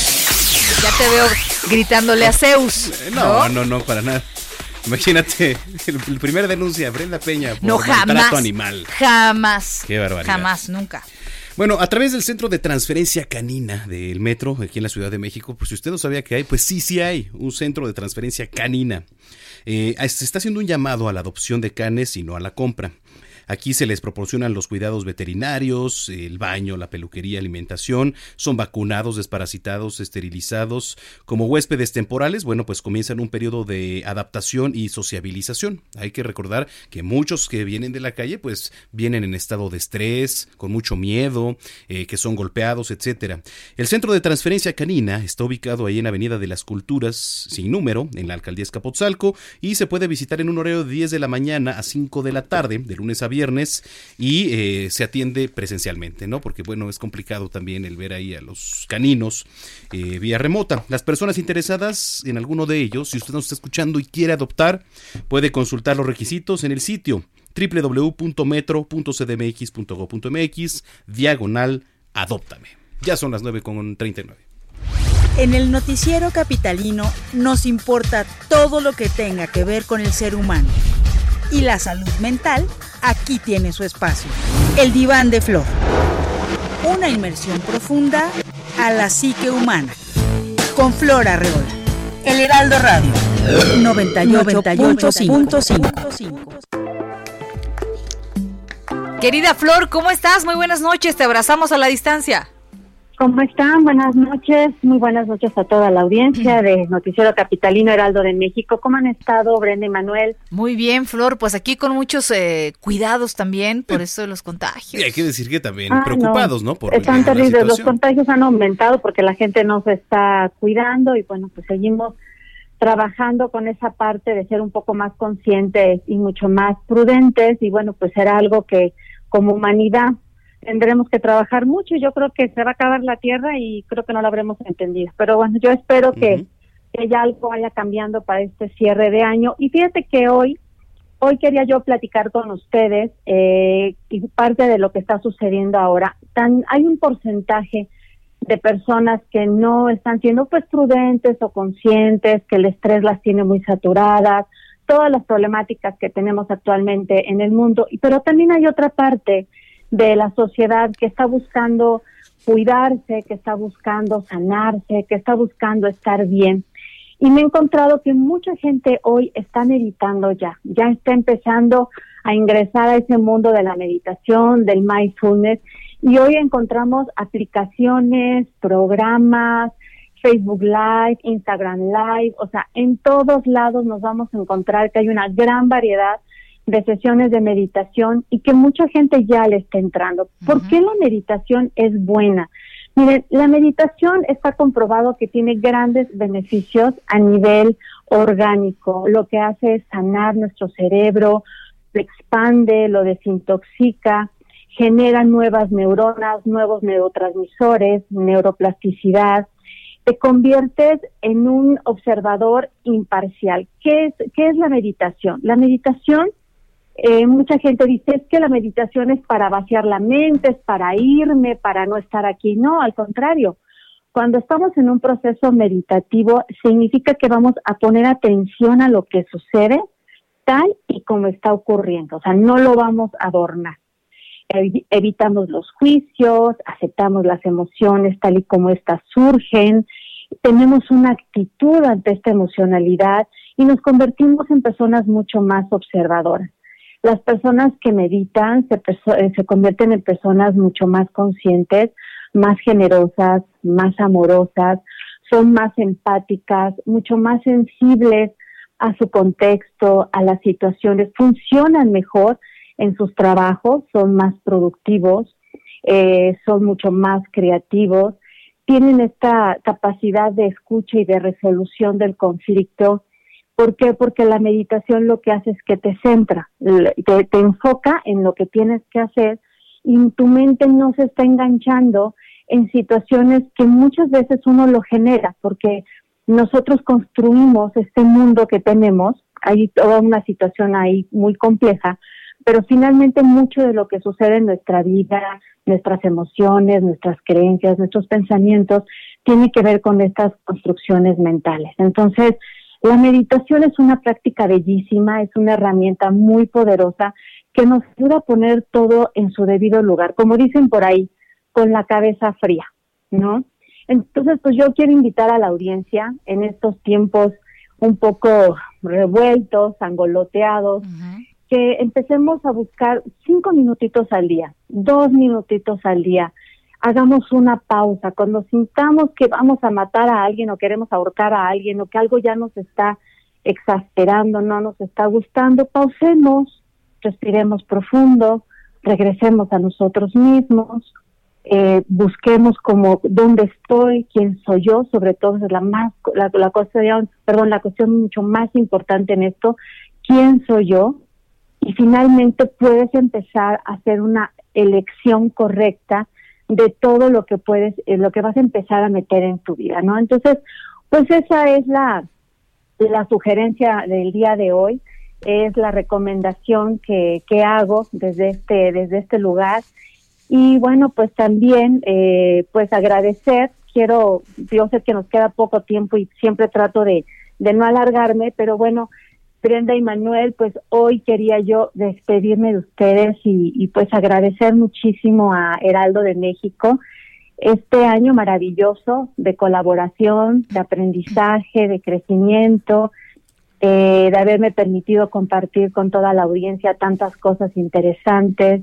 Ya te veo gritándole a Zeus. No, no, no, no, para nada. Imagínate, el, el primer denuncia, Brenda Peña, por no, maltrato jamás, animal. Jamás. Qué barbaridad. Jamás, nunca. Bueno, a través del Centro de Transferencia Canina del Metro, aquí en la Ciudad de México, pues si usted no sabía que hay, pues sí, sí hay un Centro de Transferencia Canina. Eh, se está haciendo un llamado a la adopción de canes y no a la compra. Aquí se les proporcionan los cuidados veterinarios, el baño, la peluquería, alimentación, son vacunados, desparasitados, esterilizados. Como huéspedes temporales, bueno, pues comienzan un periodo de adaptación y sociabilización. Hay que recordar que muchos que vienen de la calle, pues vienen en estado de estrés, con mucho miedo, eh, que son golpeados, etcétera. El Centro de Transferencia Canina está ubicado ahí en Avenida de las Culturas, sin número, en la Alcaldía Azcapotzalco, y se puede visitar en un horario de diez de la mañana a cinco de la tarde, de lunes a viernes, y eh, se atiende presencialmente, ¿no? Porque, bueno, es complicado también el ver ahí a los caninos eh, vía remota. Las personas interesadas en alguno de ellos, si usted nos está escuchando y quiere adoptar, puede consultar los requisitos en el sitio doble u doble u doble u punto metro punto c d m x punto gob punto m x diagonal adóptame. Ya son las nueve con treinta y nueve. En el noticiero capitalino nos importa todo lo que tenga que ver con el ser humano. Y la salud mental aquí tiene su espacio. El diván de Flor. Una inmersión profunda a la psique humana. Con Flor Arreola. El Heraldo Radio. noventa y ocho punto cinco. Querida Flor, ¿cómo estás? Muy buenas noches, te abrazamos a la distancia. ¿Cómo están? Buenas noches, muy buenas noches a toda la audiencia de Noticiero Capitalino Heraldo de México. ¿Cómo han estado, Brenda y Manuel? Muy bien, Flor, pues aquí con muchos eh, cuidados también por eso de los contagios. Y hay que decir que también Ah, preocupados, ¿no? ¿no? Por Están la terribles, los situación. contagios han aumentado porque la gente no se está cuidando y bueno, pues seguimos trabajando con esa parte de ser un poco más conscientes y mucho más prudentes y bueno, pues será algo que como humanidad tendremos que trabajar mucho y yo creo que se va a acabar la tierra y creo que no lo habremos entendido. Pero bueno, yo espero que, uh-huh. que ya algo vaya cambiando para este cierre de año. Y fíjate que hoy, hoy quería yo platicar con ustedes eh, y parte de lo que está sucediendo ahora. Tan, hay un porcentaje de personas que no están siendo pues prudentes o conscientes, que el estrés las tiene muy saturadas, todas las problemáticas que tenemos actualmente en el mundo. Pero también hay otra parte de la sociedad que está buscando cuidarse, que está buscando sanarse, que está buscando estar bien. Y me he encontrado que mucha gente hoy está meditando ya, ya está empezando a ingresar a ese mundo de la meditación, del mindfulness, y hoy encontramos aplicaciones, programas, Facebook Live, Instagram Live, o sea, en todos lados nos vamos a encontrar que hay una gran variedad de sesiones de meditación y que mucha gente ya le está entrando. ¿Por uh-huh. qué la meditación es buena? Miren, la meditación está comprobado que tiene grandes beneficios a nivel orgánico. Lo que hace es sanar nuestro cerebro, lo expande, lo desintoxica, genera nuevas neuronas, nuevos neurotransmisores, neuroplasticidad. Te conviertes en un observador imparcial. ¿Qué es, qué es la meditación? La meditación Eh, mucha gente dice, es que la meditación es para vaciar la mente, es para irme, para no estar aquí. No, al contrario. Cuando estamos en un proceso meditativo, significa que vamos a poner atención a lo que sucede tal y como está ocurriendo. O sea, no lo vamos a adornar. Ev- evitamos los juicios, aceptamos las emociones tal y como éstas surgen, tenemos una actitud ante esta emocionalidad y nos convertimos en personas mucho más observadoras. Las personas que meditan se, se convierten en personas mucho más conscientes, más generosas, más amorosas, son más empáticas, mucho más sensibles a su contexto, a las situaciones, funcionan mejor en sus trabajos, son más productivos, eh, son mucho más creativos, tienen esta capacidad de escucha y de resolución del conflicto. ¿Por qué? Porque la meditación lo que hace es que te centra, te, te enfoca en lo que tienes que hacer y tu mente no se está enganchando en situaciones que muchas veces uno lo genera, porque nosotros construimos este mundo que tenemos, hay toda una situación ahí muy compleja, pero finalmente mucho de lo que sucede en nuestra vida, nuestras emociones, nuestras creencias, nuestros pensamientos, tiene que ver con estas construcciones mentales. Entonces, la meditación es una práctica bellísima, es una herramienta muy poderosa que nos ayuda a poner todo en su debido lugar, como dicen por ahí, con la cabeza fría, ¿no? Entonces, pues yo quiero invitar a la audiencia en estos tiempos un poco revueltos, angoloteados, uh-huh. que empecemos a buscar cinco minutitos al día, dos minutitos al día. Hagamos una pausa. Cuando sintamos que vamos a matar a alguien o queremos ahorcar a alguien o que algo ya nos está exasperando, no nos está gustando, pausemos, respiremos profundo, regresemos a nosotros mismos, eh, busquemos como dónde estoy, quién soy yo, sobre todo es la más la, la cuestión, perdón, la cuestión mucho más importante en esto, quién soy yo, y finalmente puedes empezar a hacer una elección correcta de todo lo que puedes, eh, lo que vas a empezar a meter en tu vida, ¿no? Entonces, pues esa es la, la sugerencia del día de hoy, es la recomendación que, que hago desde este, desde este lugar. Y bueno, pues también, eh, pues agradecer, quiero, yo sé que nos queda poco tiempo y siempre trato de, de no alargarme, pero bueno, Brenda y Manuel, pues hoy quería yo despedirme de ustedes y, y pues agradecer muchísimo a Heraldo de México este año maravilloso de colaboración, de aprendizaje, de crecimiento, eh, de haberme permitido compartir con toda la audiencia tantas cosas interesantes,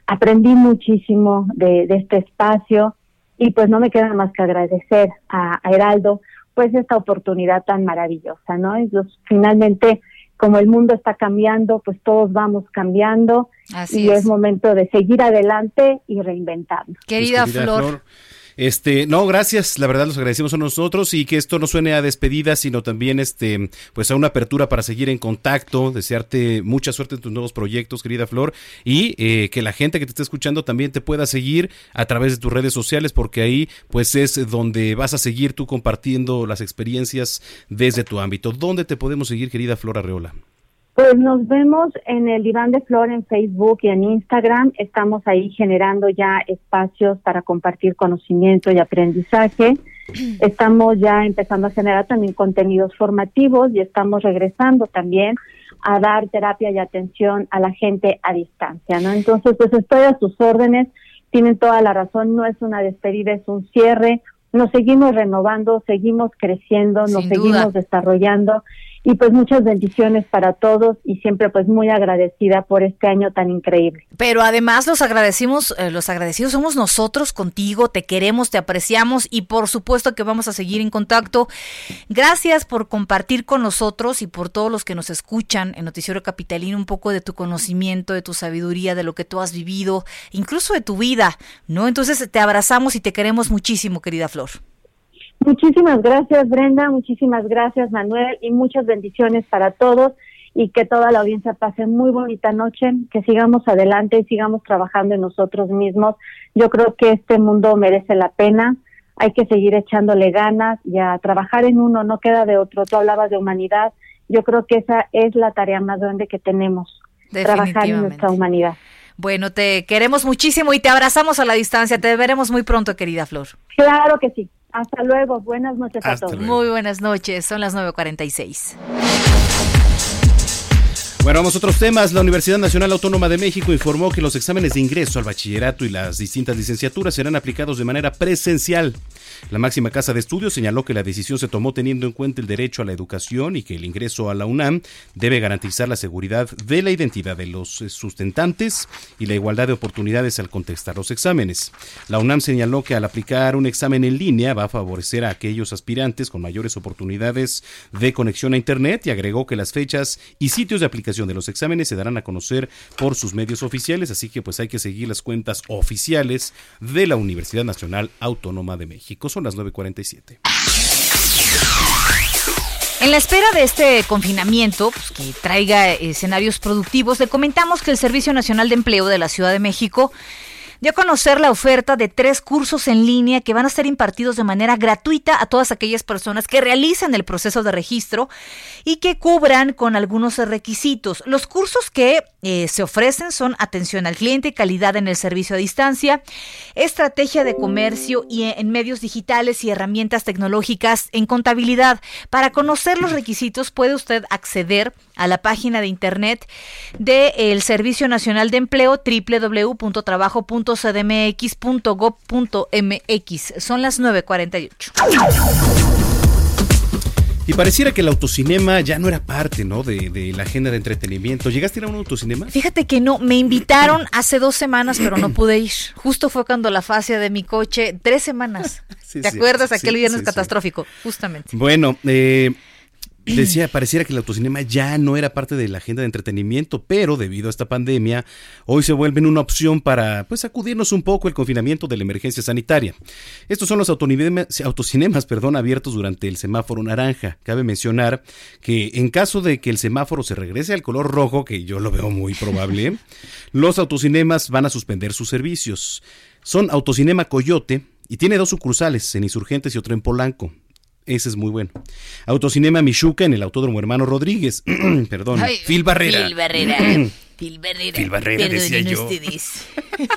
aprendí muchísimo de, de este espacio y pues no me queda más que agradecer a, a Heraldo pues esta oportunidad tan maravillosa, ¿no? Y los, finalmente, como el mundo está cambiando, pues todos vamos cambiando. Así y es. es momento de seguir adelante y reinventarnos. Querida, pues, querida Flor. Flor. Este, no, gracias, la verdad los agradecemos a nosotros y que esto no suene a despedida, sino también este, pues a una apertura para seguir en contacto, desearte mucha suerte en tus nuevos proyectos, querida Flor, y eh, que la gente que te esté escuchando también te pueda seguir a través de tus redes sociales, porque ahí pues es donde vas a seguir tú compartiendo las experiencias desde tu ámbito. ¿Dónde te podemos seguir, querida Flor Arreola? Pues nos vemos en el Diván de Flor en Facebook y en Instagram. Estamos ahí generando ya espacios para compartir conocimiento y aprendizaje. Estamos ya empezando a generar también contenidos formativos y estamos regresando también a dar terapia y atención a la gente a distancia, ¿no? Entonces, pues estoy a sus órdenes. Tienen toda la razón, no es una despedida, es un cierre. Nos seguimos renovando, seguimos creciendo, nos Sin seguimos duda. desarrollando. Y pues muchas bendiciones para todos y siempre pues muy agradecida por este año tan increíble. Pero además los agradecimos, eh, los agradecidos somos nosotros contigo, te queremos, te apreciamos y por supuesto que vamos a seguir en contacto. Gracias por compartir con nosotros y por todos los que nos escuchan en Noticiero Capitalino un poco de tu conocimiento, de tu sabiduría, de lo que tú has vivido, incluso de tu vida, ¿no? Entonces te abrazamos y te queremos muchísimo, querida Flor. Muchísimas gracias, Brenda, muchísimas gracias, Manuel, y muchas bendiciones para todos y que toda la audiencia pase muy bonita noche, que sigamos adelante y sigamos trabajando en nosotros mismos. Yo creo que este mundo merece la pena, hay que seguir echándole ganas y a trabajar en uno, no queda de otro. Tú hablabas de humanidad, yo creo que esa es la tarea más grande que tenemos, trabajar en nuestra humanidad. Bueno, te queremos muchísimo y te abrazamos a la distancia, te veremos muy pronto, querida Flor. Claro que sí. Hasta luego, buenas noches Hasta a todos. Luego. Muy buenas noches, son las nueve cuarenta y seis. Bueno, vamos a otros temas. La Universidad Nacional Autónoma de México informó que los exámenes de ingreso al bachillerato y las distintas licenciaturas serán aplicados de manera presencial. La máxima casa de estudios señaló que la decisión se tomó teniendo en cuenta el derecho a la educación y que el ingreso a la UNAM debe garantizar la seguridad de la identidad de los sustentantes y la igualdad de oportunidades al contestar los exámenes. La UNAM señaló que al aplicar un examen en línea va a favorecer a aquellos aspirantes con mayores oportunidades de conexión a Internet y agregó que las fechas y sitios de aplicación de los exámenes se darán a conocer por sus medios oficiales, así que pues hay que seguir las cuentas oficiales de la Universidad Nacional Autónoma de México. Son las nueve cuarenta y siete. En la espera de este confinamiento, pues, que traiga escenarios productivos, le comentamos que el Servicio Nacional de Empleo de la Ciudad de México dio a conocer la oferta de tres cursos en línea que van a ser impartidos de manera gratuita a todas aquellas personas que realicen el proceso de registro y que cubran con algunos requisitos. Los cursos que eh, se ofrecen son atención al cliente, calidad en el servicio a distancia, estrategia de comercio y en medios digitales y herramientas tecnológicas en contabilidad. Para conocer los requisitos puede usted acceder a la página de internet del Servicio Nacional de Empleo, doble u doble u doble u punto trabajo punto c d m x punto gob punto m x. Son las nueve cuarenta y ocho. Y pareciera que el autocinema ya no era parte, ¿no? De, de la agenda de entretenimiento. ¿Llegaste a ir a un autocinema? Fíjate que no, me invitaron hace dos semanas, pero no pude ir. Justo fue cuando la fascia de mi coche, tres semanas. Sí, ¿Te sí, acuerdas? sí, Aquel viernes sí, catastrófico, sí. Justamente. Bueno, eh... decía, pareciera que el autocinema ya no era parte de la agenda de entretenimiento, pero debido a esta pandemia, hoy se vuelven una opción para, pues, sacudirnos un poco el confinamiento de la emergencia sanitaria. Estos son los autocinemas, autocinemas, perdón, abiertos durante el semáforo naranja. Cabe mencionar que en caso de que el semáforo se regrese al color rojo, que yo lo veo muy probable, los autocinemas van a suspender sus servicios. Son Autocinema Coyote y tiene dos sucursales, en Insurgentes y otro en Polanco. Ese es muy bueno. Autocinema Michuca en el Autódromo Hermano Rodríguez. Perdón. Ay, Phil Barrera. Phil Barrera. Phil Barrera. Phil Barrera, decía yo. Ustedes.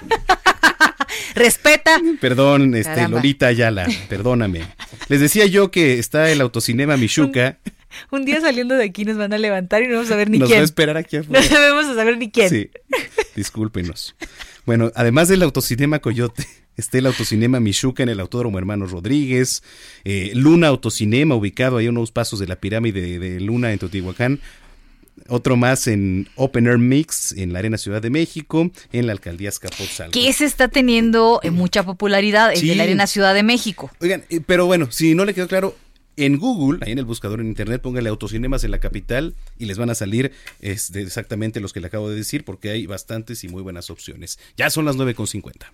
Respeta. Perdón, este, Caramba. Lolita Ayala, perdóname. Les decía yo que está el Autocinema Michuca. Un, un día saliendo de aquí nos van a levantar y no vamos a ver ni Nos quién. va a esperar aquí afuera. No debemos saber ni quién. Sí, discúlpenos. Bueno, además del Autocinema Coyote, está el Autocinema Michuca en el Autódromo Hermanos Rodríguez, eh, Luna Autocinema, ubicado ahí a unos pasos de la pirámide de, de Luna en Teotihuacán, Otro más en Open Air Mix en la Arena Ciudad de México, en la Alcaldía Azcapotzalco. Que ese está teniendo eh, mucha popularidad, el Sí. de la Arena Ciudad de México. Oigan, eh, pero bueno, si no le quedó claro, en Google, ahí en el buscador en internet, póngale Autocinemas en la capital y les van a salir este, exactamente los que le acabo de decir, porque hay bastantes y muy buenas opciones. Ya son las nueve con cincuenta.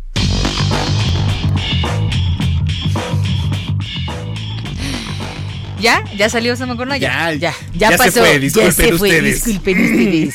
¿Ya? ¿Ya salió esa macona? Ya, ya, ya pasó. se fue, disculpen ya se fue, ustedes. disculpen ustedes.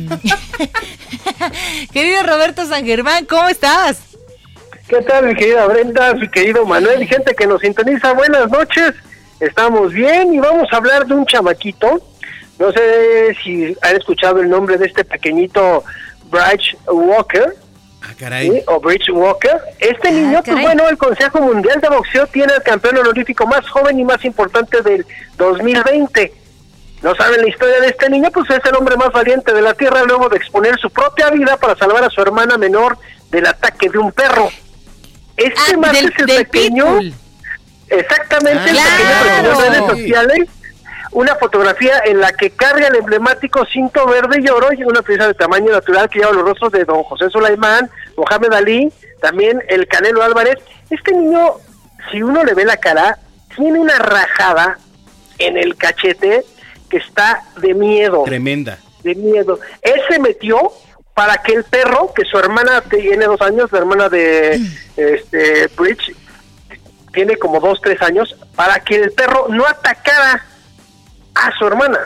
Querido Roberto San Germán, ¿cómo estás? ¿Qué tal, mi querida Brenda, mi querido Manuel y gente que nos sintoniza? Buenas noches, estamos bien y vamos a hablar de un chamaquito. No sé si han escuchado el nombre de este pequeñito Bryce Walker. Ah, caray. ¿Sí? O Bryce Walker. Este Ah, niño, pues caray. bueno, el Consejo Mundial de Boxeo tiene el campeón honorífico más joven y más importante del dos mil veinte. ¿No saben la historia de este niño? Pues es el hombre más valiente de la tierra luego de exponer su propia vida para salvar a su hermana menor del ataque de un perro. Este Ah, más del- es el del pequeño, pitbull. exactamente, Ah, el claro. pequeño presentó en redes sociales una fotografía en la que carga el emblemático cinto verde y oro y una pieza de tamaño natural que lleva los rostros de don José Sulaimán, Mohamed Ali, también el Canelo Álvarez. Este niño, si uno le ve la cara, tiene una rajada en el cachete que está de miedo. Tremenda. De miedo. Él se metió para que el perro, que su hermana tiene dos años, la hermana de este Bridge tiene como dos, tres años, para que el perro no atacara a su hermana.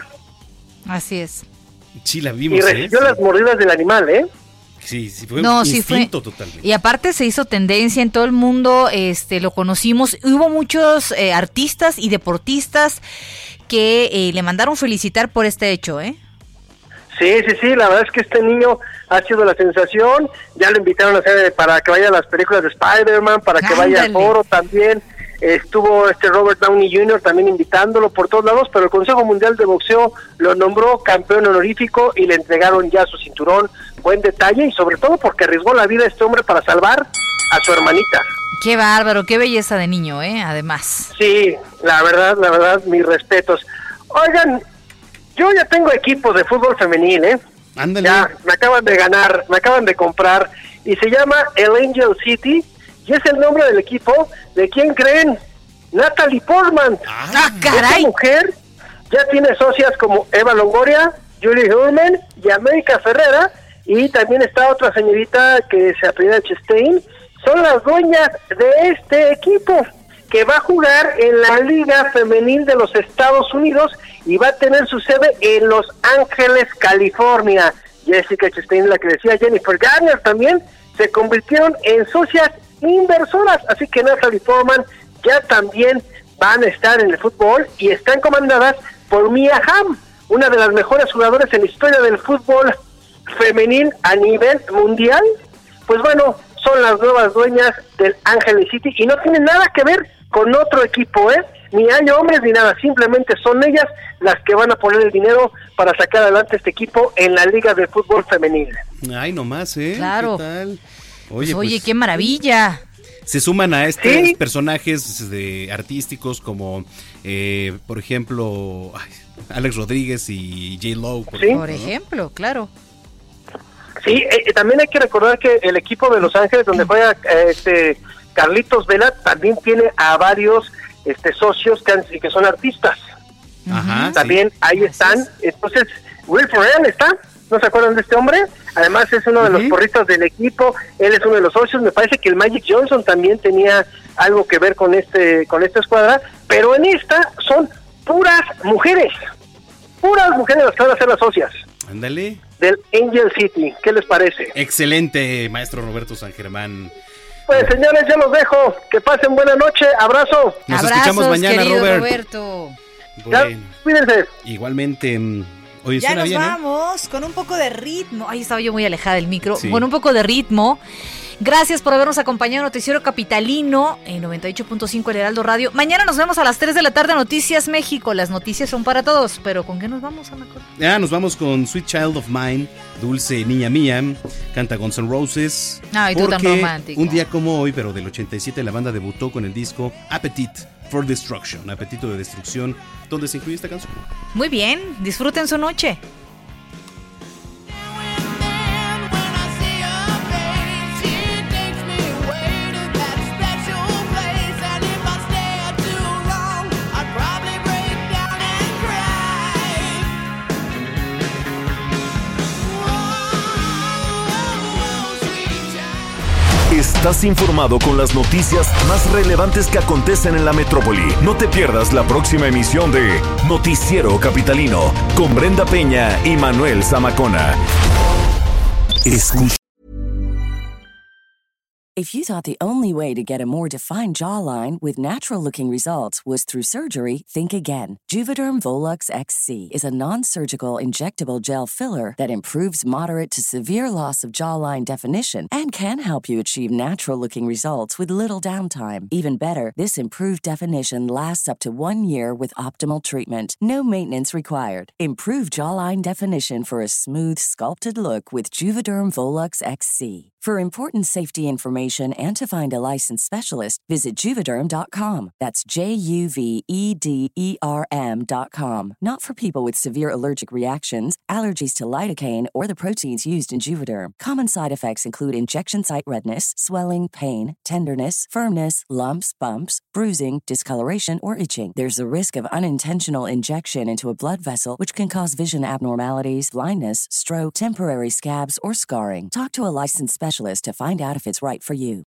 Así es. Sí, la Y vimos, ¿eh? recibió las mordidas del animal, ¿eh? Sí, sí, fue No, un sí fue. instinto totalmente. Y aparte se hizo tendencia en todo el mundo, este, lo conocimos. Hubo muchos eh, artistas y deportistas que eh, le mandaron felicitar por este hecho, ¿eh? Sí, sí, sí, la verdad es que este niño ha sido la sensación. Ya lo invitaron a hacer para que vaya a las películas de Spider-Man, para que vaya al Ándale. foro también. Estuvo este Robert Downey junior también invitándolo por todos lados, pero el Consejo Mundial de Boxeo lo nombró campeón honorífico y le entregaron ya su cinturón. Buen detalle y sobre todo porque arriesgó la vida a este hombre para salvar a su hermanita. Qué bárbaro, qué belleza de niño, ¿eh? Además. Sí, la verdad, la verdad, mis respetos. Oigan, yo ya tengo equipo de fútbol femenil, ¿eh? Ándale. Ya, me acaban de ganar, me acaban de comprar y se llama el Angel City y es el nombre del equipo de quién creen, Natalie Portman. ¡Ah, caray! Esta mujer ya tiene socias como Eva Longoria, Julie Hurman y América Ferrera y también está otra señorita que se apellida Chastain. Son las dueñas de este equipo que va a jugar en la Liga Femenil de los Estados Unidos y va a tener su sede en Los Ángeles, California. Jessica Chastain, la que decía Jennifer Garner, también se convirtieron en socias inversoras, así que Natalie Portman ya también van a estar en el fútbol y están comandadas por Mia Hamm, una de las mejores jugadoras en la historia del fútbol femenil a nivel mundial. Pues bueno, son las nuevas dueñas del Ángeles City y no tienen nada que ver con otro equipo, ¿eh? Ni hay hombres ni nada, simplemente son ellas las que van a poner el dinero para sacar adelante este equipo en la Liga de Fútbol Femenil. Ay, nomás, ¿eh? Claro. ¿Qué tal? Pues, oye, pues, qué maravilla. se suman a estos Sí. personajes de artísticos como, eh, por ejemplo, ay, Alex Rodríguez y J. Lo. Por, Sí. ejemplo, Por ¿no? ejemplo, claro. Sí, eh, también hay que recordar que el equipo de Los Ángeles, donde juega eh, este Carlitos Vela, también tiene a varios este socios que, han- que son artistas. Ajá, También sí. ahí están. Entonces, Will Ferrell está. ¿No se acuerdan de este hombre? Además es uno de los Ujú. porristas del equipo. Él es uno de los socios. Me parece que el Magic Johnson también tenía algo que ver con este con esta escuadra. Pero en esta son puras mujeres. Puras mujeres las que van a ser las socias Ándale. del Angel City. ¿Qué les parece? Excelente, maestro Roberto San Germán. Pues señores, yo los dejo. Que pasen buena noche. Abrazo. Nos Abrazos, escuchamos mañana, querido Robert. Roberto. Ya, Bueno, cuídense. igualmente, mm, oye, Ya suena nos bien, ¿eh? vamos con un poco de ritmo. Ahí estaba yo muy alejada del micro. Sí. Con un poco de ritmo. Gracias por habernos acompañado en Noticiero Capitalino en noventa y ocho punto cinco El Heraldo Radio. Mañana nos vemos a las tres de la tarde, Noticias México. Las noticias son para todos, pero ¿con qué nos vamos, Ana Cora? Ah, nos vamos con Sweet Child of Mine, Dulce Niña Mía, canta Guns N' Roses. Ay, tú tan porque romántico. un día como hoy, pero del ochenta y siete, la banda debutó con el disco Appetite. for Destruction, Apetito de Destrucción, donde se incluye esta canción. Muy bien, disfruten su noche. Estás informado con las noticias más relevantes que acontecen en la metrópoli. No te pierdas la próxima emisión de Noticiero Capitalino con Brenda Peña y Manuel Zamacona. Escucha. If you thought the only way to get a more defined jawline with natural-looking results was through surgery, think again. Juvederm Volux X C is a non-surgical injectable gel filler that improves moderate to severe loss of jawline definition and can help you achieve natural-looking results with little downtime. Even better, this improved definition lasts up to one year with optimal treatment. No maintenance required. Improve jawline definition for a smooth, sculpted look with Juvederm Volux X C. For important safety information and to find a licensed specialist, visit Juvederm dot com. That's J U V E D E R M dot com. Not for people with severe allergic reactions, allergies to lidocaine, or the proteins used in Juvederm. Common side effects include injection site redness, swelling, pain, tenderness, firmness, lumps, bumps, bruising, discoloration, or itching. There's a risk of unintentional injection into a blood vessel, which can cause vision abnormalities, blindness, stroke, temporary scabs, or scarring. Talk to a licensed specialist to find out if it's right for you.